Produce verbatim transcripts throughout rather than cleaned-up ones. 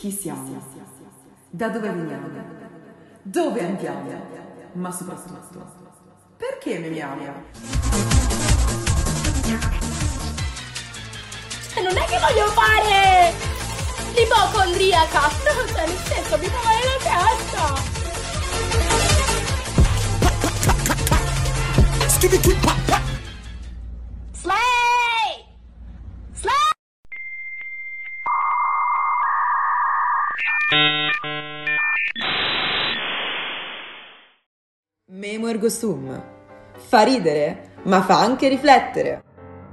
Chi siamo? Da dove veniamo? Dove andiamo? Ma soprattutto, perché memiamo? Non è che voglio fare l'ipocondriaca, no, cioè nel senso mi fa male la testa. Slay! Slay! Memo ergo sum. Fa ridere, ma fa anche riflettere.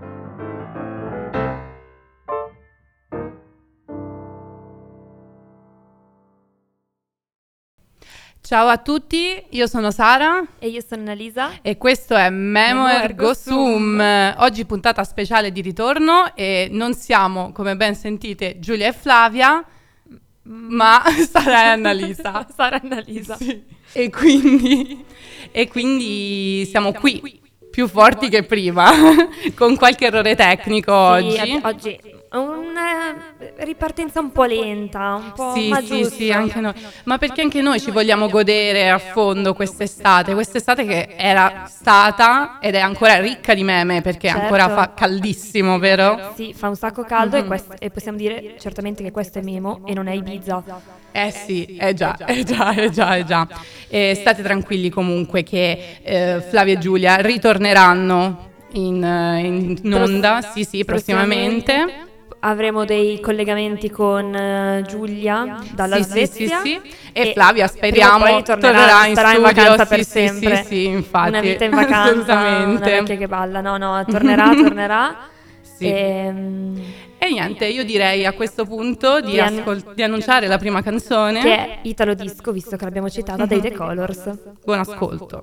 Ciao a tutti, io sono Sara E io sono Annalisa e questo è Memo, Memo ergo sum. Oggi puntata speciale di ritorno e non siamo, come ben sentite, Giulia e Flavia, ma Sara e Annalisa. Sara e Annalisa. Sì. E quindi, e quindi siamo qui, più forti che prima, con qualche errore tecnico oggi. Sì, oggi una ripartenza un po' lenta, un po' sì, ma sì, giusta. sì, anche noi. Ma perché anche noi ci vogliamo godere a fondo quest'estate, quest'estate che era stata ed è ancora ricca di meme, perché Certo. ancora fa caldissimo, vero? Sì, fa un sacco caldo Mm-hmm. e, quest- e possiamo dire certamente che questo è Memo e non è Ibiza. Eh sì, è già, è già, è già, è già. E state tranquilli comunque che eh, Flavia e Giulia ritorneranno in, eh, in onda, sì sì, prossimamente. Avremo dei collegamenti con eh, Giulia dalla Sì, Svezia sì, sì, sì. E Flavia speriamo prima o poi tornerà, tornerà in starà in studio, vacanza sì, per sì, sempre. sì, sì, infatti. Una vita in vacanza, Assolutamente. una vecchia che balla. No, no, tornerà, tornerà. Sì. Ehm, E niente, io direi a questo punto di, Di an- ascol- di annunciare la prima canzone. che è Italo Disco, visto che l'abbiamo citata, dei The Colors. Buon ascolto.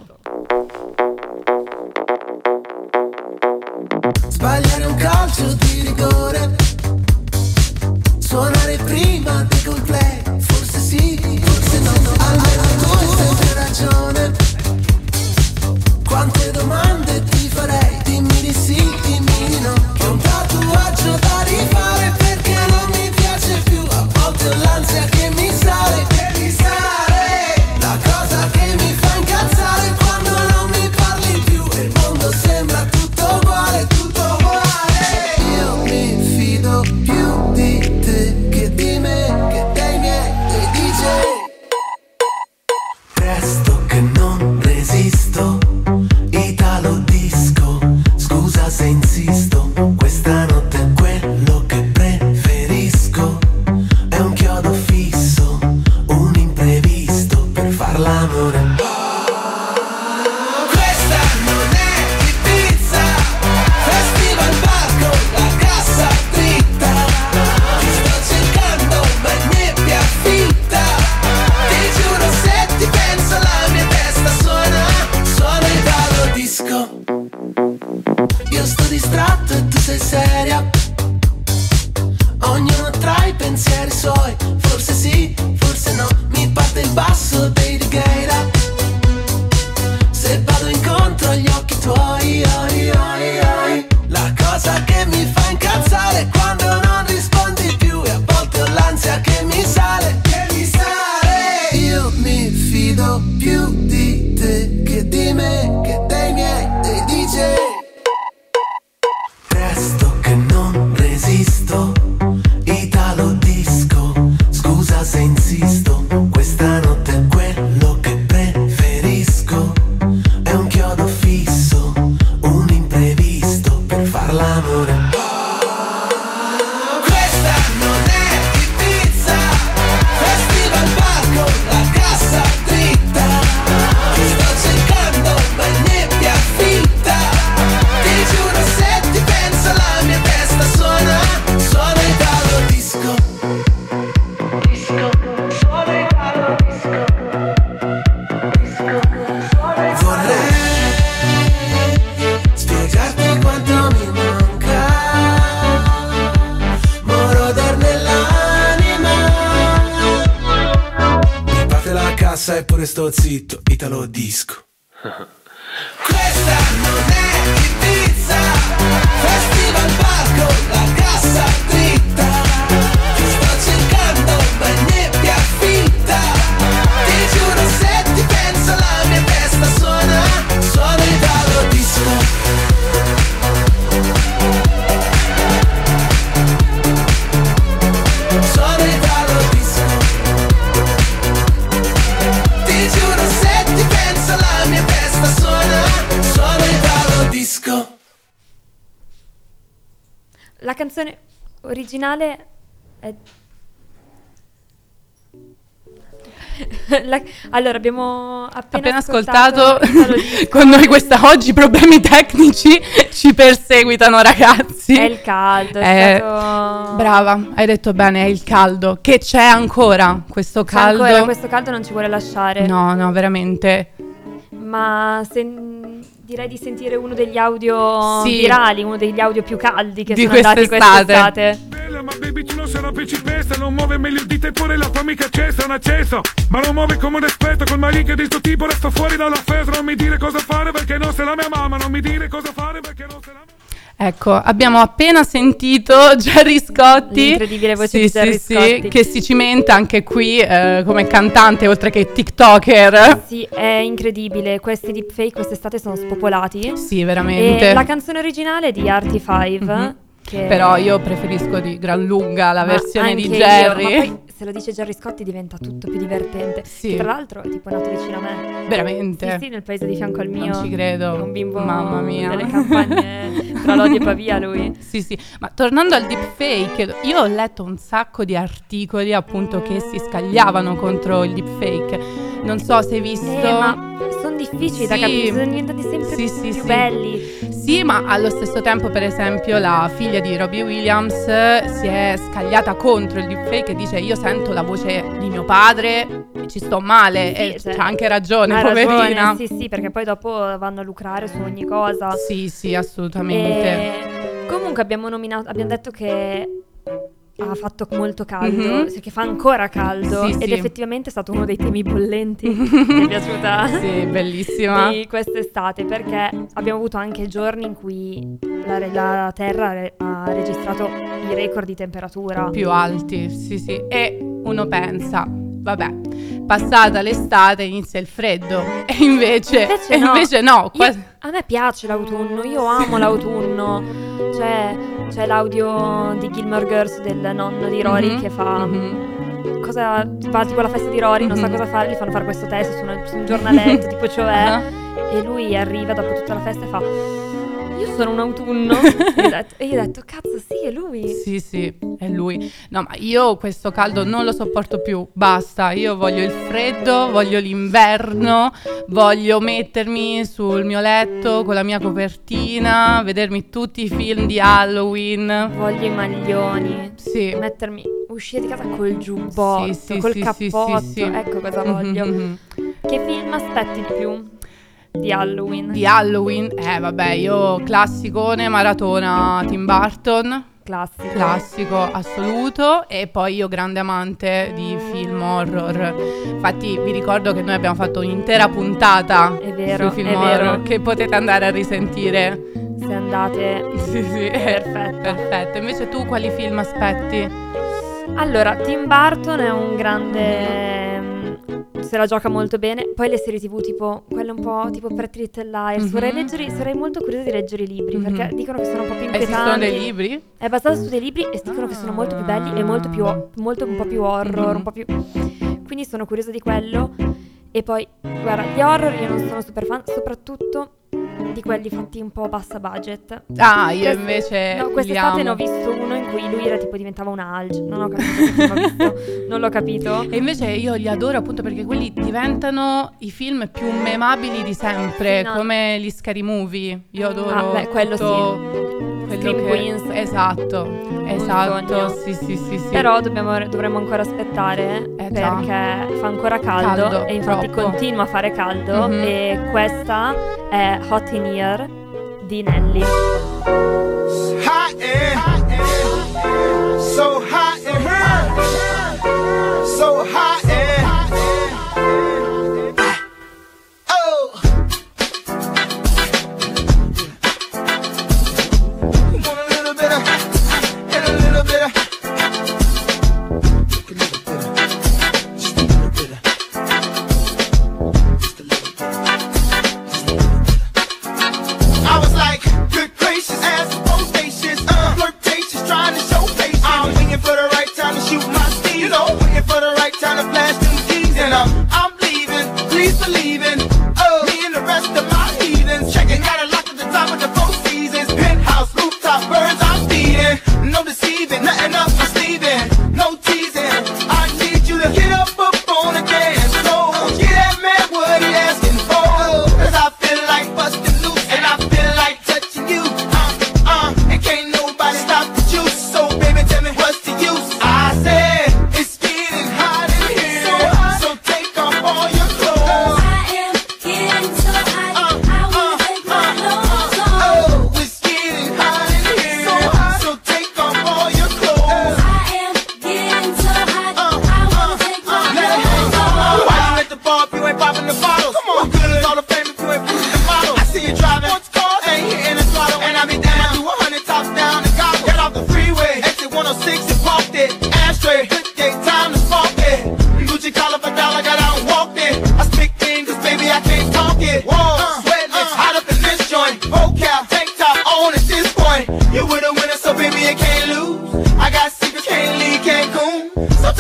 Sbagliare un calcio di rigore, suonare prima di Coldplay, forse sì, forse no, almeno tu hai sempre ragione. Quante domande ti farei, dimmi di sì, dimmi di no. Che ho un tatuaggio da rifare perché non mi piace più, a volte ho l'ansia che mi sale, che mi sale. La cosa che mi fa incazzare è quando non mi parli più e il mondo sembra tutto uguale, tutto uguale. Io mi fido più di te che di me, che dei miei, dei D J. Presto che non resisto, Italo Disco, scusa se insisto, questa notte è quello che preferisco, è un chiodo fisso, un imprevisto per far l'amore. Questa non è Ibiza, festival bar con la cassa dritta, ti sto cercando ma è nebbia fitta, ti giuro se ti penso la mia testa suona, suona Italo Disco. Io sto distratto e tu sei seria, ognuno tra i pensieri suoi, forse sì, forse no, mi parte il basso dei Righeira, se vado incontro agli occhi tuoi, oi, oi, oi. La cosa che mi fa incazzare è quando non rispondi più e a volte ho l'ansia che mi sale, che mi sale. Io mi fido più di te che di me, che dei miei, dei D J. Presto che non resisto, Italo Disco, scusa se insisto, questa notte è quello che preferisco, è un chiodo fisso, un imprevisto per far l'amore. Questa non è Ibiza, festival bar con la cassa dritta, ti sto cercando ma è nebbia fitta, ti giuro se ti penso la mia testa suona, suona Italo Disco. Disco, suona Italo Disco. Disco, suona Italo. Vorrei spiegarti quanto mi manca, moroder nell'anima. Mi parte la cassa eppure sto zitto, Italo Disco. Questa non è Ibiza, festival bar con la cassa dritta, ti sto cercando ma è canzone originale è... La... Allora, abbiamo appena, appena ascoltato, ascoltato con noi questa oggi problemi tecnici ci perseguitano, ragazzi. È il caldo, è Eh, stato... Brava, hai detto bene, è il caldo. Che c'è ancora questo C'è caldo. ancora, questo caldo non ci vuole lasciare. No, no, veramente. Ma sen- direi di sentire uno degli audio Sì. virali, uno degli audio più caldi che Di sono andati quest'estate. quest'estate. Bella, ma baby tu non sei una principessa, non muove meglio di te pure la tua amica Cessa, è un accesso, ma non muove come un esperto, col marito di sto tipo resto fuori dalla festa, non mi dire cosa fare perché non sei la mia mamma, non mi dire cosa fare perché non sei la mia... Ecco, abbiamo appena sentito Gerry Scotti. L'incredibile voce Sì, di Gerry sì, Scotti. sì, che si cimenta anche qui eh, come cantante oltre che TikToker. Sì, è incredibile, questi deepfake quest'estate sono spopolati. Sì, veramente. E la canzone originale è di Artie five, Mhm. che... Però io preferisco di gran lunga la Ma versione di anche Gerry. io, ma poi se lo dice Gerry Scotti diventa tutto più divertente. Sì. Che tra l'altro è tipo nato vicino a me. Veramente. Sì, sì, nel paese di fianco al mio. Non ci credo. Un bimbo Mamma mia. delle campagne tra Lodi e Pavia lui. Sì, sì, ma tornando al deepfake, io ho letto un sacco di articoli appunto che si scagliavano contro il deepfake. Non so se hai visto. Eh, ma sono difficili da Sì. capire, sono diventati sempre Sì, sì, più sì. belli. Sì, ma allo stesso tempo, per esempio, la figlia di Robbie Williams si è scagliata contro il deepfake e dice: io sento la voce di mio padre e ci sto male. Sì, e cioè, c'ha anche ragione, Hai poverina. ragione, sì, sì, perché poi dopo vanno a lucrare su ogni cosa. Sì, sì, assolutamente. E comunque abbiamo nominato, abbiamo detto che ha fatto molto caldo, Mhm. cioè che fa ancora caldo, Sì, ed sì. effettivamente è stato uno dei temi bollenti. Mi è piaciuta Sì, bellissima. di quest'estate, perché abbiamo avuto anche giorni in cui la, la Terra re- ha registrato i record di temperatura. Più alti, sì, sì. E uno pensa, vabbè, passata l'estate inizia il freddo. E invece, Invece e no. invece no. qua- Io- a me piace l'autunno, io amo l'autunno. Cioè, c'è l'audio di Gilmore Girls del nonno di Rory Mhm, che fa mhm. cosa, va tipo alla festa di Rory, non sa Mhm. cosa fare, gli fanno fare questo test su, una- su un giornaletto, tipo cioè, Ah. e lui arriva dopo tutta la festa e fa: io sono un autunno. e, io ho detto, e io ho detto, cazzo, sì, è lui. Sì, sì, è lui. No, ma io questo caldo non lo sopporto più. Basta, io voglio il freddo, voglio l'inverno, voglio mettermi sul mio letto con la mia copertina, vedermi tutti i film di Halloween. Voglio i maglioni, Sì. mettermi, uscire di casa col giubbotto, Sì, sì, col sì, sì, cappotto, sì, sì. ecco cosa voglio. Mhm. Che film aspetti di più di Halloween? Di Halloween, eh vabbè, io classicone, maratona Tim Burton, Classico. classico assoluto, e poi io grande amante di film horror. Infatti vi ricordo che noi abbiamo fatto un'intera puntata È vero, sui film è horror vero. che potete andare a risentire. Se andate... Sì, sì, Perfetto. perfetto. Invece tu quali film aspetti? Allora, Tim Burton è un grande... mm, se la gioca molto bene. Poi le serie tv tipo quelle un po' tipo Pretty Little Liars. Mhm. Vorrei leggere, sarei molto curiosa di leggere i libri, Mhm. perché dicono che sono un po' più Esistono inquietanti. dei libri? È basato su dei libri e dicono che sono molto più belli e molto più molto un po' più horror, Mhm. un po' più. Quindi sono curiosa di quello. E poi, guarda, gli horror io non sono super fan, soprattutto di quelli fatti un po' bassa budget. Ah, io Quest- invece No, li quest'estate ne ho amo. visto uno in cui lui era tipo diventava una alge. Non ho capito che film ho visto. Non l'ho capito. E invece io li adoro appunto perché quelli diventano i film più memabili di sempre, Sì, no. come gli Scary Movie. Io adoro Ah, beh, quello tutto quello Scream che- Queens. Esatto, esatto, sogno. sì, sì, sì, sì. Però dobbiamo, dovremmo ancora aspettare Eh, già. perché fa ancora caldo, Caldo, e infatti troppo. continua a fare caldo. Mhm. E questa è Hot in Here di Nelly. Hot in, so hot in here, so hot in. Oh, you want a little bit of, and a little bit of, a little bit of, just a little bit of, just a little bit of, just a little bit of. I was like, good gracious, ass bodacious, uh, flirtatious, trying to show patience. I'm waiting for the right time to shoot my steam, you know, waiting for the right time to flash them keys, and I'm, I'm leaving, please believe in, oh, me and the rest of my heathens, checking out a lock at the top of the four seasons, penthouse, rooftop, birds I'm feeding, no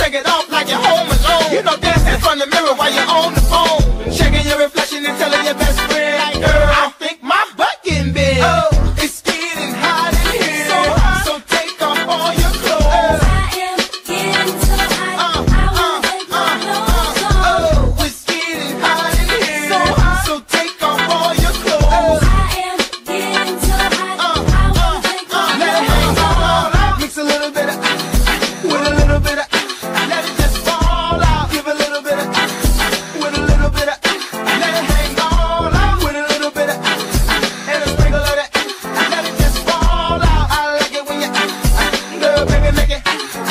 shake it off like you're home alone. You know, dance in front of the mirror while you're on the phone, shaking your reflection and telling your best friend, like, girl, I think my butt getting big. Oh, it's getting hot in here, so hot, so take off all your clothes. I am getting so hot, uh, I wanna uh, take my clothes uh, off. Oh, it's getting hot in here, so hot, so take off all your clothes. I am getting so hot, Uh, I wanna uh, take uh, my let it clothes fall off. out. Mix a little bit of with a little bit of let it just fall out. Give a little bit of with a little bit of let it hang all out. With a little bit of and a sprinkle of that. Let it just fall out. I like it when you girl, baby, make it.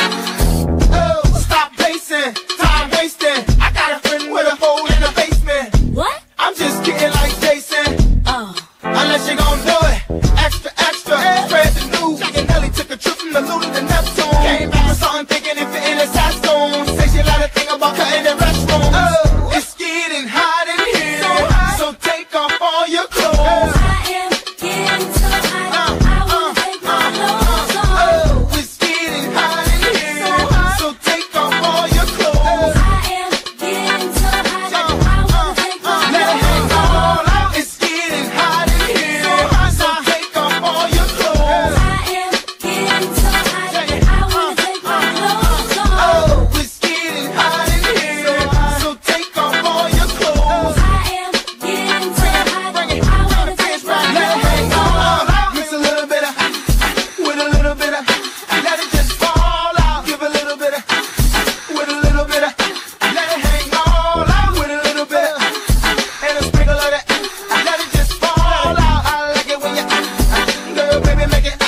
Oh, stop pacing, time wasting. I got a friend with a hole in the basement. What? I'm just getting like Jason. Oh. Unless you gon' do it extra, extra. Spread the news. Jack and Nelly took a trip from the Luna to Neptune. Came back with something thinking it fit in a saxophone. Say she like to think about cutting the restroom. Oh, it's getting hot in here, so, hot. So take off all your clothes. I am getting so hot, Uh, I uh, wanna take my uh, clothes uh, off. Oh, it's getting hot in here, so, hot. So take off all your clothes. I am getting so hot, I wanna take my Let it hang clothes off. all out. It's getting hot in here, so, hot. So take off all your clothes. I am getting so hot, I wanna take my clothes off. Oh, it's getting hot in here, so take off all your clothes. I am getting so hot, Bring it, I wanna take my let it hang clothes all off. out. Mix a little bit of with a little bit of let it just fall out. Give a little bit of with a little bit of let it hang all out. With a little bit of and a sprinkle of that. Let it just fall out. I like it when you girl, baby, make it.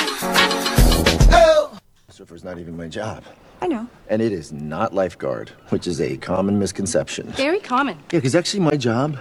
Oh. Surfer's not even my job. I know. And it is not lifeguard, which is a common misconception. Very common. Yeah, because actually my job,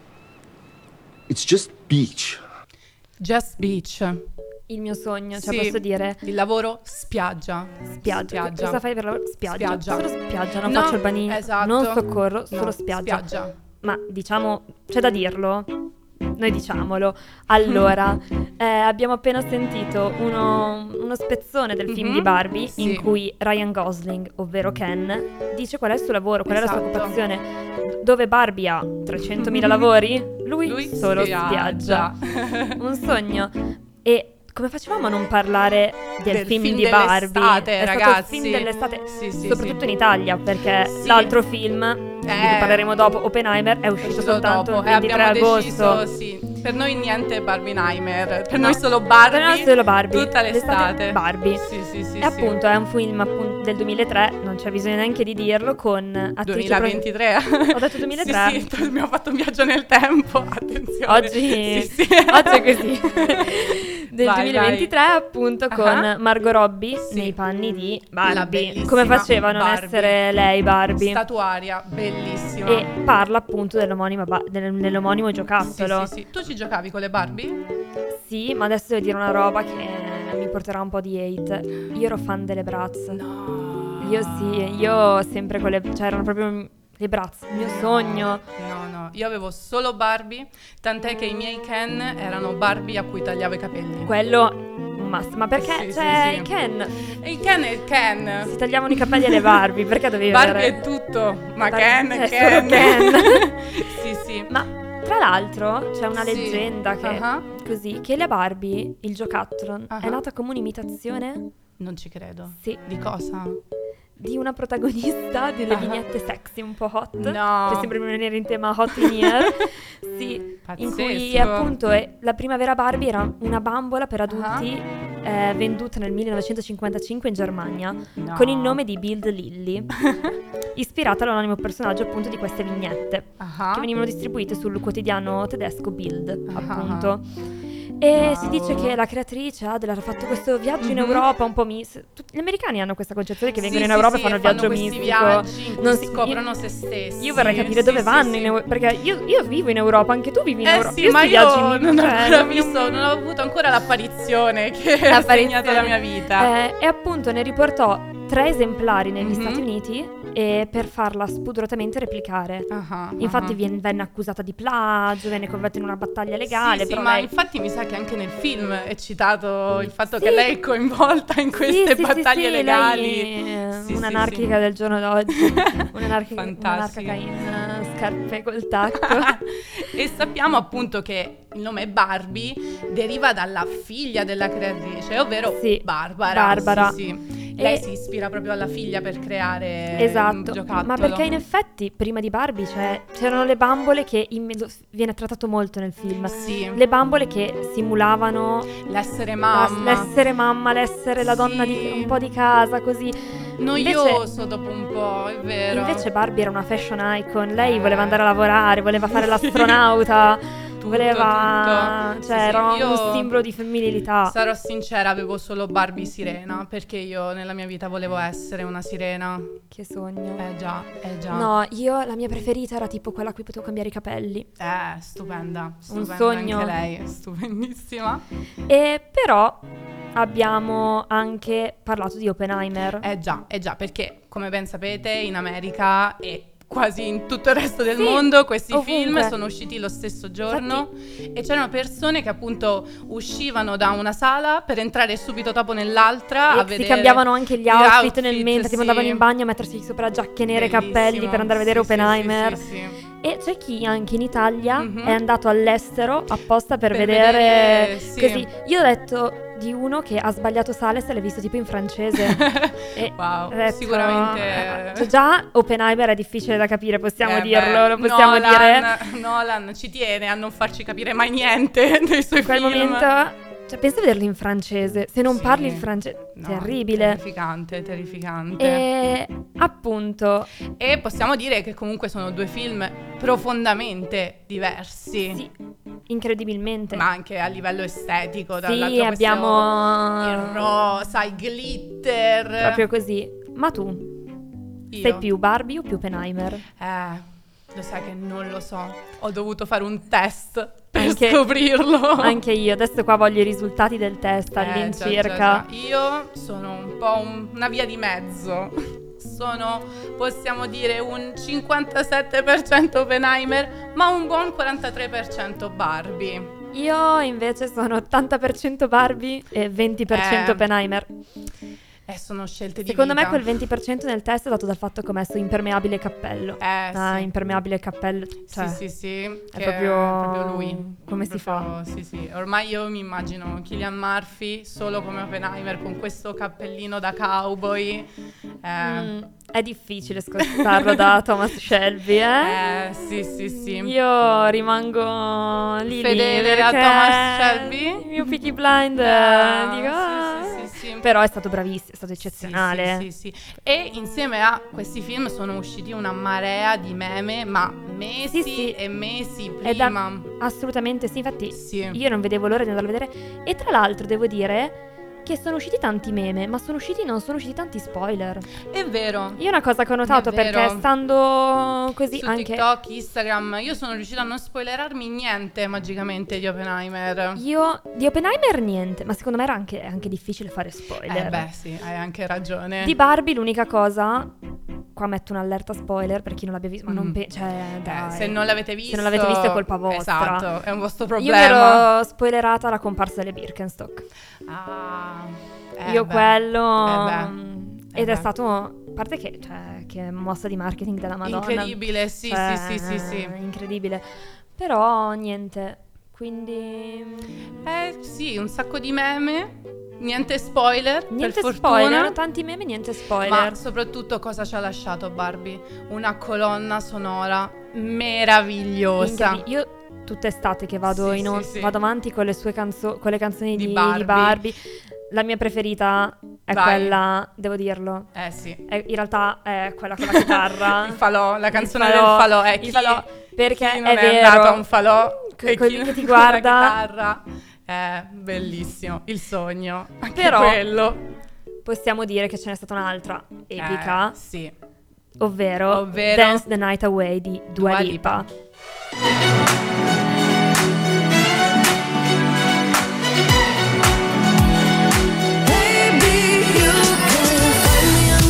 it's just beach. Just beach. Il mio sogno, cioè Sì, posso dire il lavoro spiaggia. spiaggia. Cosa fai per lavoro? Spiaggia. Spiaggia. Solo spiaggia, non No, faccio il bagnino, esatto. non soccorro, No, solo spiaggia. spiaggia. Ma diciamo, c'è da dirlo? Noi diciamolo. Allora, eh, abbiamo appena sentito uno, uno spezzone del film Mhm, di Barbie sì. in cui Ryan Gosling, ovvero Ken, dice qual è il suo lavoro, qual è la sua Esatto. occupazione. Dove Barbie ha trecentomila lavori, lui, Lui solo spiaggia. spiaggia. Un sogno. E come facevamo a non parlare del, Del film, film di Barbie? dell'estate, È stato il ragazzi. film dell'estate, Sì, sì, soprattutto sì. in Italia, perché Sì. l'altro film, di cui Eh. parleremo dopo, Oppenheimer, è uscito Uscito soltanto dopo il e ventitré abbiamo agosto. deciso, sì. Per noi niente Barbenheimer, per No. noi solo Barbie. Per noi solo Barbie. Tutta l'estate. Barbie. Sì, sì, sì. E sì. appunto è un film appunto del duemilatré, non c'è bisogno neanche di dirlo, con attrice duemilaventitré. Ho detto duemilatré? Sì, sì, abbiamo fatto un viaggio nel tempo. Attenzione. Oggi, Sì, sì. oggi è così. Del Vai, duemilaventitré appunto con Ah. Margot Robbie Sì. nei panni di La Barbie. bellissima Come faceva a non Barbie. essere lei Barbie? Statuaria, bellissima. E parla appunto dell'omonima ba- del- dell'omonimo sì, giocattolo. sì, sì. Tu ci giocavi con le Barbie? Sì, ma adesso devo dire una roba che mi porterà un po' di hate. Io ero fan delle Bratz. No. Io sì, io sempre con le... cioè erano proprio le Bratz, il mio sogno. No, no, io avevo solo Barbie, tant'è che i miei Ken erano Barbie a cui tagliavo i capelli. Quello un must. Ma perché? Sì, cioè, sì, sì. i Ken E il Ken è il Ken. si tagliavano i capelli alle Barbie, perché dovevi Barbie avere... è tutto, ma Bar- Ken è è solo Ken. Ken. Sì, sì. Ma tra l'altro c'è una Sì. leggenda che Ah. così che la Barbie, il giocattolo, Ah. è nata come un'imitazione Non ci credo. Sì. Di cosa? di una protagonista delle Ah. vignette sexy un po' hot. No. Per sempre rimanere in tema hot in here. Sì, in cui Pazzesco. appunto è- la primavera Barbie era una bambola per adulti eh, venduta nel millenovecentocinquantacinque in Germania No. con il nome di Bild Lilly, ispirata all'anonimo personaggio appunto di queste vignette Ah. che venivano distribuite sul quotidiano tedesco Bild, Ah. appunto. E si dice che la creatrice Adler ha fatto questo viaggio in Mhm. Europa un po' mis- tutti- gli americani hanno questa concezione che Sì, vengono in sì, Europa sì, e fanno il e viaggio questi mistico. viaggi in cui Non si si- scoprono io- se stessi. Io vorrei capire dove Sì, vanno sì, in sì. Europa, perché io, io vivo in Europa, anche tu vivi in Eh Europa. sì, io ma sti io viaggi non mi- ho cioè, ancora non- visto, non ho avuto ancora l'apparizione che ha L'apparizione. segnato la mia vita. Eh, e appunto ne riportò tre esemplari negli Mhm. Stati Uniti e per farla spudoratamente replicare. Ah, Infatti ah. vien- venne accusata di plagio, venne coinvolta in una battaglia legale, Sì, sì, però ma lei... infatti mi sa che anche nel film è citato il fatto Sì. che lei è coinvolta in queste Sì, sì, battaglie sì, sì, legali. lei è Sì, sì, un'anarchica sì. del giorno d'oggi, un'anarchica, Fantastica. un'anarchica in eh, scarpe col tacco. E sappiamo appunto che il nome Barbie deriva dalla figlia della creatrice, ovvero Sì, Barbara. Barbara. Sì, sì. Lei E- si ispira proprio alla figlia per creare un Esatto, giocattolo. ma perché in effetti prima di Barbie cioè, c'erano le bambole che in mezzo- viene trattato molto nel film. Sì, Le bambole che simulavano l'essere la- mamma. l'essere mamma, l'essere la donna Sì. di, un po' di casa, così. Noioso dopo un po', è vero. Invece Barbie era una fashion icon, lei voleva andare a lavorare, voleva fare l'astronauta, Tutto, voleva... tutto. cioè Sì, sì, era io un simbolo di femminilità. Sarò sincera, avevo solo Barbie sirena, perché io nella mia vita volevo essere una sirena. Che sogno. Eh già, eh già. No, io la mia preferita era tipo quella a cui potevo cambiare i capelli. Eh, stupenda, stupenda sogno. anche lei, stupendissima. E però abbiamo anche parlato di Oppenheimer. Eh già, eh già, perché come ben sapete in America e quasi in tutto il resto del Sì, mondo questi ovunque. film sono usciti lo stesso giorno e c'erano persone che appunto uscivano da una sala per entrare subito dopo nell'altra a E vedere si cambiavano anche gli outfit, nel mentre ti sì. mandavano in bagno a mettersi sopra giacche nere e cappelli Bellissimo. per andare a vedere Sì, sì, Oppenheimer. sì, sì, sì. E c'è chi anche in Italia Mhm. è andato all'estero apposta per, Per vedere, vedere, sì. così. Io ho detto di uno che ha sbagliato sale se l'ha visto tipo in francese. E Wow, ho detto, sicuramente eh, cioè già Oppenheimer è difficile da capire, possiamo Eh dirlo, beh, lo possiamo Nolan, dire. Nolan ci tiene a non farci capire mai niente dei suoi In quel film. momento, cioè pensa a vederlo in francese, se non Sì. parli il francese, No, terribile. Terrificante, terrificante. E appunto, E possiamo dire che comunque sono due film profondamente diversi, sì, incredibilmente. ma anche a livello estetico. Dal Sì, lato questo- abbiamo il rosa, il glitter. proprio così. Ma tu Io. sei più Barbie o più Oppenheimer? Eh, lo sai che non lo so. Ho dovuto fare un test per Anche- scoprirlo. Anche io, adesso qua voglio i risultati del test Eh, all'incirca. già, già, già. Io sono un po' un- una via di mezzo. Sono, possiamo dire, un cinquantasette per cento Oppenheimer, ma un buon quarantatré per cento Barbie. Io invece sono ottanta per cento Barbie e venti per cento Eh. Oppenheimer. Eh, sono scelte di Secondo me vita. quel venti per cento nel test è dato dal fatto che ho messo impermeabile cappello. Eh, Ah, sì. impermeabile cappello. Cioè, sì, sì, sì, è che proprio- proprio lui. come si Proprio- Sì, sì. Ormai io mi immagino Cillian Murphy solo come Oppenheimer con questo cappellino da cowboy. Eh, mm, è difficile scostarlo da Thomas Shelby, eh? eh, sì, sì, sì. Io rimango lì lì Fedele a perché Thomas Shelby? il mio Peaky Blind Ah, dico, ah. sì, sì, sì, sì. Però è stato bravissimo, è stato eccezionale. Sì, sì, sì, sì. E insieme a questi film sono usciti una marea di meme, ma mesi Sì, sì. e mesi È da- prima. Assolutamente sì, infatti Sì. io non vedevo l'ora di andarlo a vedere. E tra l'altro devo dire che sono usciti tanti meme, ma sono usciti non sono usciti tanti spoiler. È vero. Io una cosa che ho notato È vero. perché stando così Su anche TikTok, Instagram, io sono riuscita a non spoilerarmi niente magicamente di Oppenheimer. io di Oppenheimer niente, ma secondo me era anche, è anche difficile fare spoiler. Eh beh, sì, hai anche ragione. Di Barbie l'unica cosa, qua metto un'allerta spoiler per chi non l'abbia visto, ma non Mm. pe- cioè Eh, dai. se non l'avete visto, Se non l'avete visto è colpa vostra. Esatto, è un vostro Io mi problema. ero spoilerata la comparsa delle Birkenstock. Ah, eh Io beh, quello eh beh, mm, eh ed è beh. stato, a parte che cioè che mossa di marketing della Madonna. Incredibile, sì, Cioè, sì, sì, sì, sì. incredibile. Però niente, quindi Eh sì, un sacco di meme, niente spoiler, niente per spoiler, fortuna. tanti meme, niente Ma spoiler. soprattutto cosa ci ha lasciato Barbie? Una colonna sonora meravigliosa. Incredi- Io tutta estate che vado Sì, in sì, on- sì. vado avanti con le sue canzoni, con le canzoni Di di, Barbie. di Barbie. La mia preferita è Vai. quella, devo dirlo. Eh sì. È- in realtà è quella con la chitarra. Il falò, la canzone Il falò, del falò è il chi, falò, perché chi non è è, vero. andato a un falò Co- e quelli chi che ti con la guarda. chitarra. È bellissimo, il sogno, anche Però- quello. Possiamo dire che ce n'è stata un'altra epica, Eh, sì. ovvero, Ovvero? Dance the Night Away di Dua, Dua Lipa. Lipa. Baby, you can find me on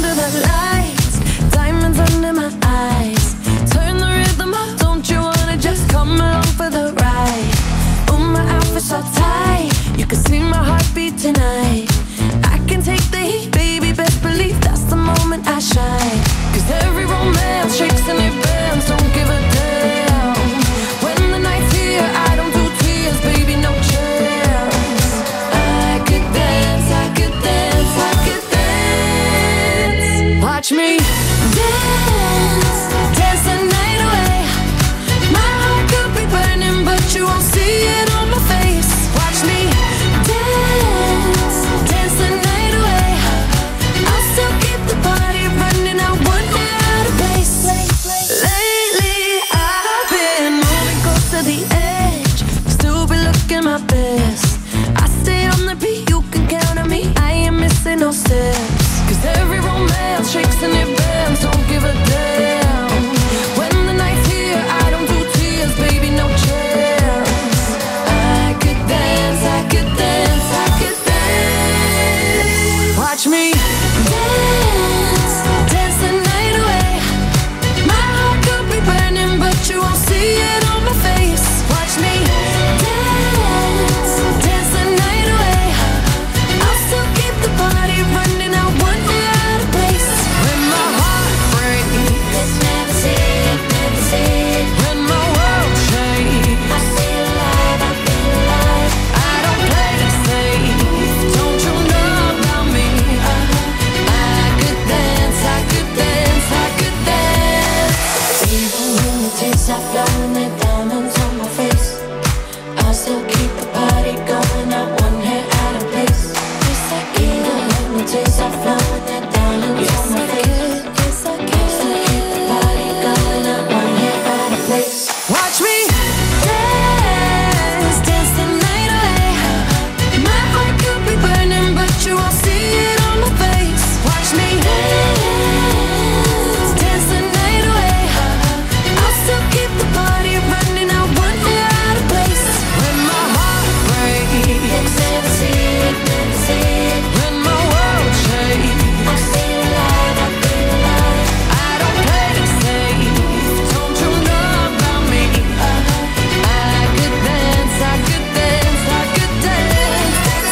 tears are flowing and diamonds on my face. I still keep the party going, not one hair out of place. Yes, I can. My tears are flowing and diamonds on my face. Yes, I can. I still keep the party going, not one hair out of place. Watch me dance, dance the night away. My heart could be burning, but you won't see it on my face. Watch me dance, dance the night away. I'll still keep the party running, I won't get out of place. When my heart breaks, never see it, never see it. When my world shakes, I feel alive, I feel alive. I don't play it safe, don't you know about me? I could dance, I could dance, I could dance, dance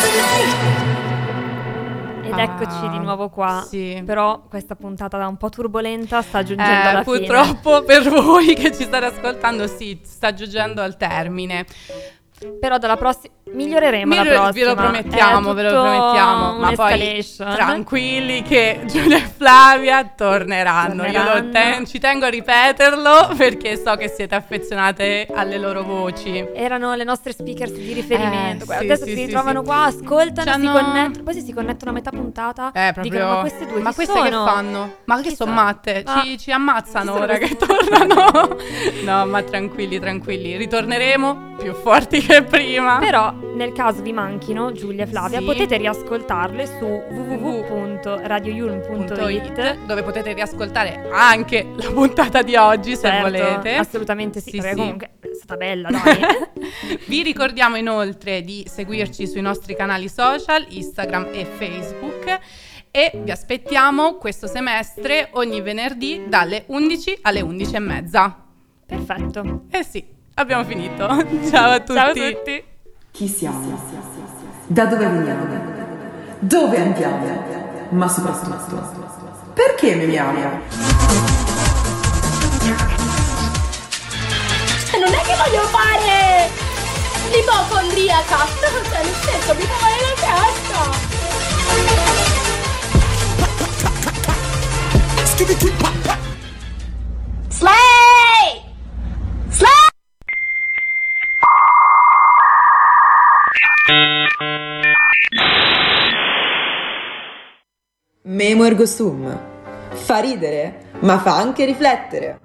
tonight. Ed eccoci di nuovo qua. Sì. Però questa puntata da un po' turbolenta sta giungendo Eh, alla purtroppo per voi che ci state ascoltando, sì, sta giungendo al termine. fine. Però dalla prossima miglioreremo Miglior- la prossima. ve lo promettiamo, È ve lo tutto promettiamo. Ma poi un'escalation. tranquilli che Giulia e Flavia torneranno. Io lo Torneranno. ten- ci tengo a ripeterlo perché so che siete affezionate alle loro voci. Erano le nostre speakers di riferimento. Eh, Guarda, sì, adesso sì, si sì, ritrovano sì. qua, ascoltano, C'hanno- si connettono. Poi se si connettono a metà puntata, Eh, proprio. dicono: ma queste due Ma chi queste sono? che fanno? Ma che Chi sono sono? matte? Ah. Ci, ci ammazzano Chi sono ora che queste? tornano. No, ma tranquilli, tranquilli. Ritorneremo più forti che prima. Però nel caso vi manchino Giulia e Flavia, Sì. potete riascoltarle su w w w punto radio yulm punto i t. dove potete riascoltare anche la puntata di oggi se Certo, volete. assolutamente sì, Sì, perché sì. comunque è stata bella, dai. Vi ricordiamo inoltre di seguirci sui nostri canali social, Instagram e Facebook, e vi aspettiamo questo semestre ogni venerdì dalle undici alle undici e mezza. Perfetto. Eh sì, abbiamo finito. Ciao a tutti. Ciao a tutti. Chi siamo? Da dove veniamo? Dove andiamo? Ma soprattutto, perché memiamo? Non è che voglio fare l'ipocondriaca, cioè nel senso mi fa male la testa. Slay! Slay! Memo ergo sum. Fa ridere, ma fa anche riflettere.